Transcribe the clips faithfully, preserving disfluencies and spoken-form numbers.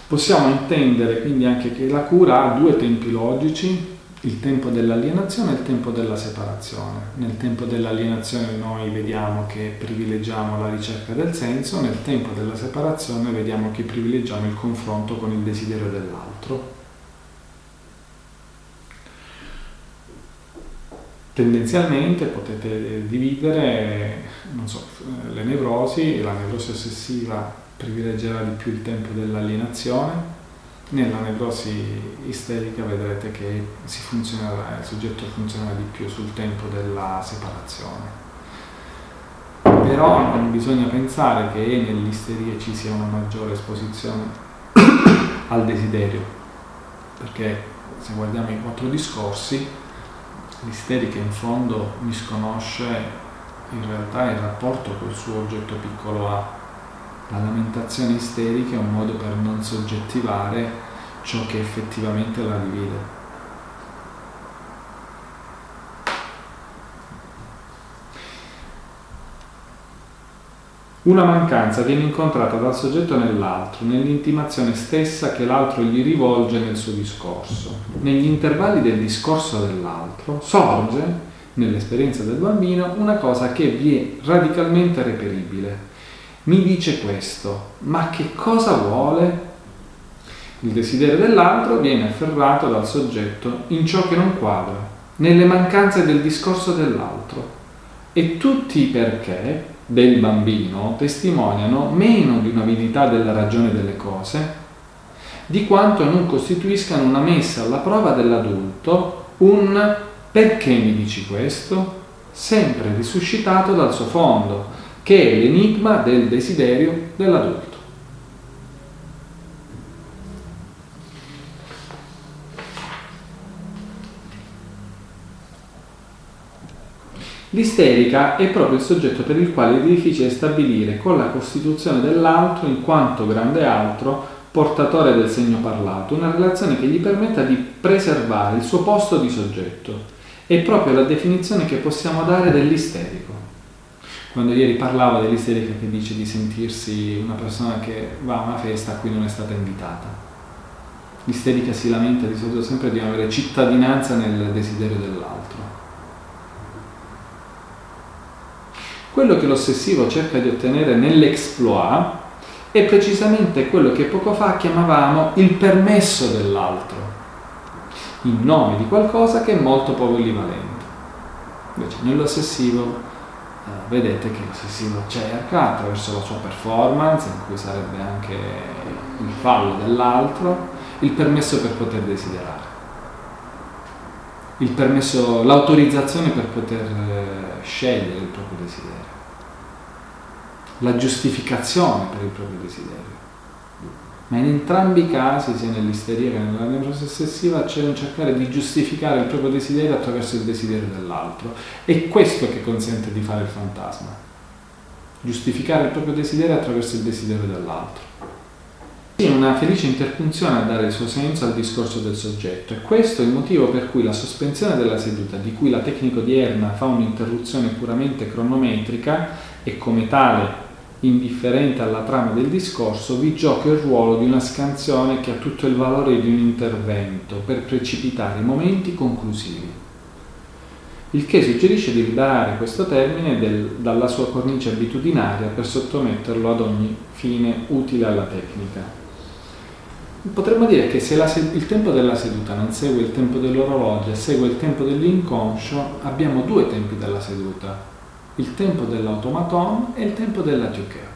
Possiamo intendere quindi anche che la cura ha due tempi logici, il tempo dell'alienazione e il tempo della separazione. Nel tempo dell'alienazione noi vediamo che privilegiamo la ricerca del senso, nel tempo della separazione vediamo che privilegiamo il confronto con il desiderio dell'altro. Tendenzialmente potete dividere, non so, le nevrosi, la nevrosi ossessiva privilegierà di più il tempo dell'alienazione, nella nevrosi isterica vedrete che si funzionerà, il soggetto funzionerà di più sul tempo della separazione. Però non bisogna pensare che nell'isteria ci sia una maggiore esposizione al desiderio, perché se guardiamo i quattro discorsi, l'isterica in fondo misconosce in realtà il rapporto col suo oggetto piccolo A. La lamentazione isterica è un modo per non soggettivare ciò che effettivamente la divide. Una mancanza viene incontrata dal soggetto nell'altro, nell'intimazione stessa che l'altro gli rivolge nel suo discorso. Negli intervalli del discorso dell'altro sorge, nell'esperienza del bambino, una cosa che vi è radicalmente reperibile. Mi dice questo, ma che cosa vuole? Il desiderio dell'altro viene afferrato dal soggetto in ciò che non quadra, nelle mancanze del discorso dell'altro. E tutti i perché del bambino testimoniano meno di un'avidità della ragione delle cose, di quanto non costituiscano una messa alla prova dell'adulto, un perché mi dici questo, sempre risuscitato dal suo fondo, che è l'enigma del desiderio dell'adulto. L'isterica è proprio il soggetto per il quale è difficile stabilire con la costituzione dell'altro in quanto grande altro, portatore del segno parlato, una relazione che gli permetta di preservare il suo posto di soggetto. È proprio la definizione che possiamo dare dell'isterico. Quando ieri parlavo dell'isterica che dice di sentirsi una persona che va a una festa a cui non è stata invitata. L'isterica si lamenta di solito sempre di non avere cittadinanza nel desiderio dell'altro. Quello che l'ossessivo cerca di ottenere nell'exploit è precisamente quello che poco fa chiamavamo il permesso dell'altro, in nome di qualcosa che è molto polivalente. Invece nell'ossessivo eh, vedete che l'ossessivo cerca attraverso la sua performance, in cui sarebbe anche il fallo dell'altro, il permesso per poter desiderare, il permesso, l'autorizzazione per poter eh, scegliere il proprio desiderio, la giustificazione per il proprio desiderio. Ma in entrambi i casi, sia nell'isteria che nella nevrosi ossessiva, c'è un cercare di giustificare il proprio desiderio attraverso il desiderio dell'altro. È questo che consente di fare il fantasma. Giustificare il proprio desiderio attraverso il desiderio dell'altro. È una felice interpunzione a dare il suo senso al discorso del soggetto, e questo è il motivo per cui la sospensione della seduta, di cui la tecnica odierna fa un'interruzione puramente cronometrica e come tale indifferente alla trama del discorso, vi gioca il ruolo di una scansione che ha tutto il valore di un intervento per precipitare i momenti conclusivi. Il che suggerisce di ridare questo termine del, dalla sua cornice abitudinaria per sottometterlo ad ogni fine utile alla tecnica. Potremmo dire che se la, il tempo della seduta non segue il tempo dell'orologio e segue il tempo dell'inconscio, abbiamo due tempi della seduta: il tempo dell'automaton e il tempo della tiuchea.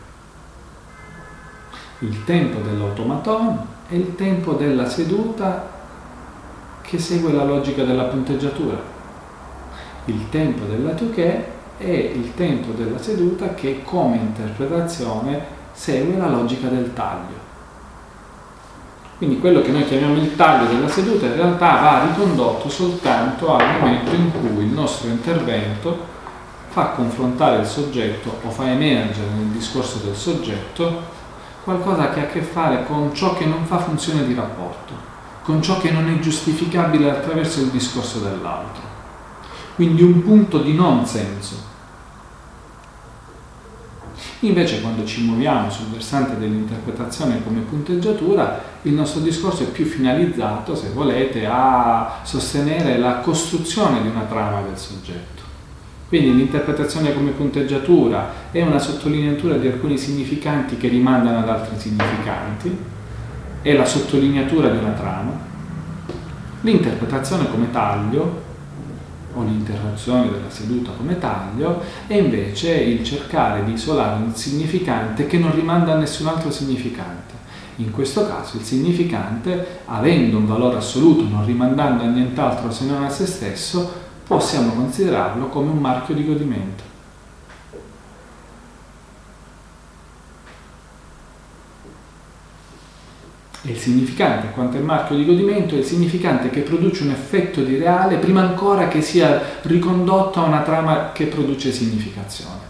Il tempo dell'automaton è il tempo della seduta che segue la logica della punteggiatura. Il tempo della tiuchea è il tempo della seduta che come interpretazione segue la logica del taglio. Quindi quello che noi chiamiamo il taglio della seduta in realtà va ricondotto soltanto al momento in cui il nostro intervento fa confrontare il soggetto o fa emergere nel discorso del soggetto qualcosa che ha a che fare con ciò che non fa funzione di rapporto, con ciò che non è giustificabile attraverso il discorso dell'altro. Quindi un punto di non senso. Invece quando ci muoviamo sul versante dell'interpretazione come punteggiatura, il nostro discorso è più finalizzato, se volete, a sostenere la costruzione di una trama del soggetto. Quindi l'interpretazione come punteggiatura è una sottolineatura di alcuni significanti che rimandano ad altri significanti, è la sottolineatura di una trama. L'interpretazione come taglio, o l'interruzione della seduta come taglio, è invece il cercare di isolare un significante che non rimanda a nessun altro significante. In questo caso il significante, avendo un valore assoluto, non rimandando a nient'altro se non a se stesso, possiamo considerarlo come un marchio di godimento. E il significante, quanto è marchio di godimento, è il significante che produce un effetto di reale prima ancora che sia ricondotto a una trama che produce significazione.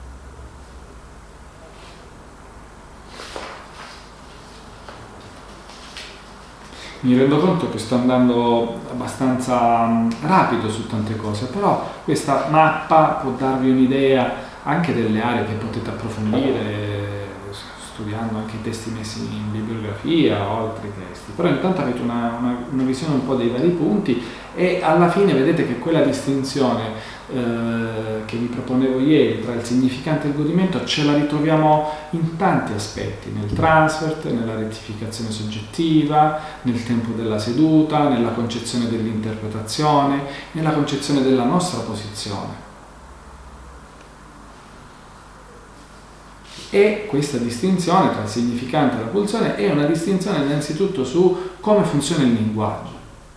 Mi rendo conto che sto andando abbastanza rapido su tante cose, però questa mappa può darvi un'idea anche delle aree che potete approfondire studiando anche i testi messi in bibliografia o altri testi. Però intanto avete una, una, una visione un po' dei vari punti e alla fine vedete che quella distinzione eh, che vi proponevo ieri tra il significante e il godimento ce la ritroviamo in tanti aspetti, nel transfert, nella rettificazione soggettiva, nel tempo della seduta, nella concezione dell'interpretazione, nella concezione della nostra posizione. E questa distinzione tra il significante e la pulsione è una distinzione innanzitutto su come funziona il linguaggio.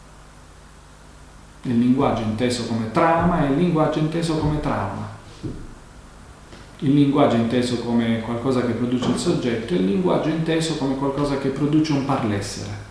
Il linguaggio inteso come trama e il linguaggio inteso come trauma. Il linguaggio inteso come qualcosa che produce il soggetto e il linguaggio inteso come qualcosa che produce un par l'essere.